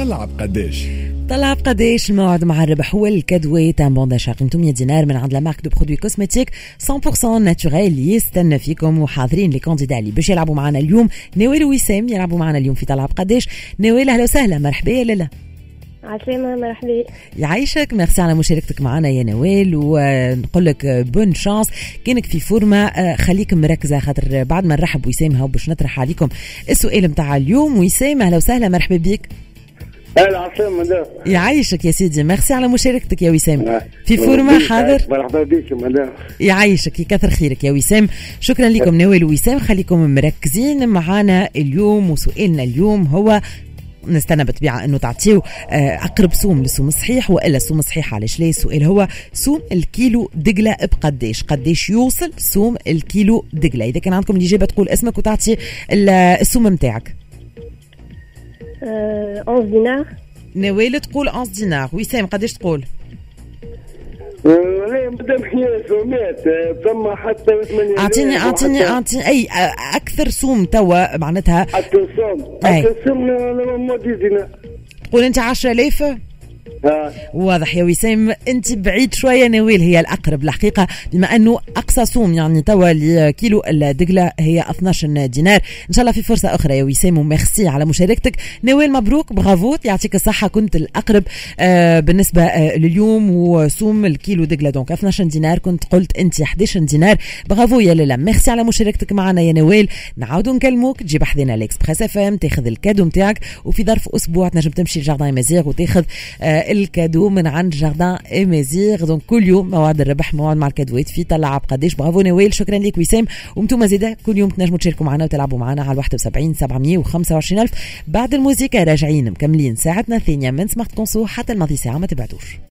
طلعب قداش. طلعب قداش الموعد مع الربح هو الكادوي تاع بون داشا قيمته 100 دينار من عند لا مارك دو برودوي كوسمتيك 100% ناتوريل يستنى فيكم. وحاضرين لي كانديدا اللي باش يلعبوا معنا اليوم نوال ووسام يلعبوا معنا اليوم في طلعب قداش. نوال اهلا وسهلا مرحبا يا لاله. عسلامة مرحبا يعيشك ميرسي على مشاركتك معنا يا نوال ونقول لك بون شانس كانك في فورما. خليك مركزة خاطر بعد ما نرحب وسام هاو باش نطرح عليكم السؤال متاع اليوم. وسام اهلا وسهلا مرحبا بك. اهلا عسلامة يعيشك يا سيدي ميرسي على مشاركتك يا وسام. في فورما حاضر مرحبا بك مدام. يعيشك يكثر خيرك يا وسام. شكرا لكم نوال ووسام خليكم مركزين معنا اليوم. وسؤالنا اليوم هو نستنى بطبيعة أنه تعطيو أقرب سوم للسوم الصحيح وإلا السوم الصحيح. علاش ليه؟ السؤال هو سوم الكيلو دقلة بقديش؟ قديش يوصل سوم الكيلو دقلة؟ إذا كان عندكم الإجابة تقول اسمك وتعطي السوم متاعك. 11 دينار. نوال تقول 11 دينار. وسام قديش تقول؟ لا مدام حياة سومات ثم حتى 8. أعطيني أي أكثر سوم توا معناتها أكثر سوم 10 دينار. تقول أنت 10,000. واضح يا وسام انت بعيد شويه. نوال هي الاقرب الحقيقه بما انه اقصى سوم يعني توا لكيلو الدقله هي 12 دينار. ان شاء الله في فرصه اخرى يا وسام وميرسي على مشاركتك. نوال مبروك برافو يعطيك الصحه كنت الاقرب بالنسبه لليوم وسوم الكيلو دقله دونك 12 دينار كنت قلت انت 11 دينار. برافو يا لاله ميرسي على مشاركتك معنا يا نوال. نعاودوا نكلموك تجيب حذنا الاكسبريس اف ام تاخذ الكادو نتاعك وفي ظرف اسبوع تنجم تمشي لجاردان مزيغ وتاخذ الكادو من عند جاردان امازيغ. دونك كل يوم موعد الربح موعد مع الكادوات في طلعب قداش. برافو نوال شكرا لك وسام. وانتم زيدا كل يوم تنجموا تشاركوا معنا وتلعبوا معنا على 71 725 ألف. بعد الموسيقى راجعين مكملين ساعتنا الثانيه من سمارت كونسو حتى الماضي ساعه ما تبعدوش.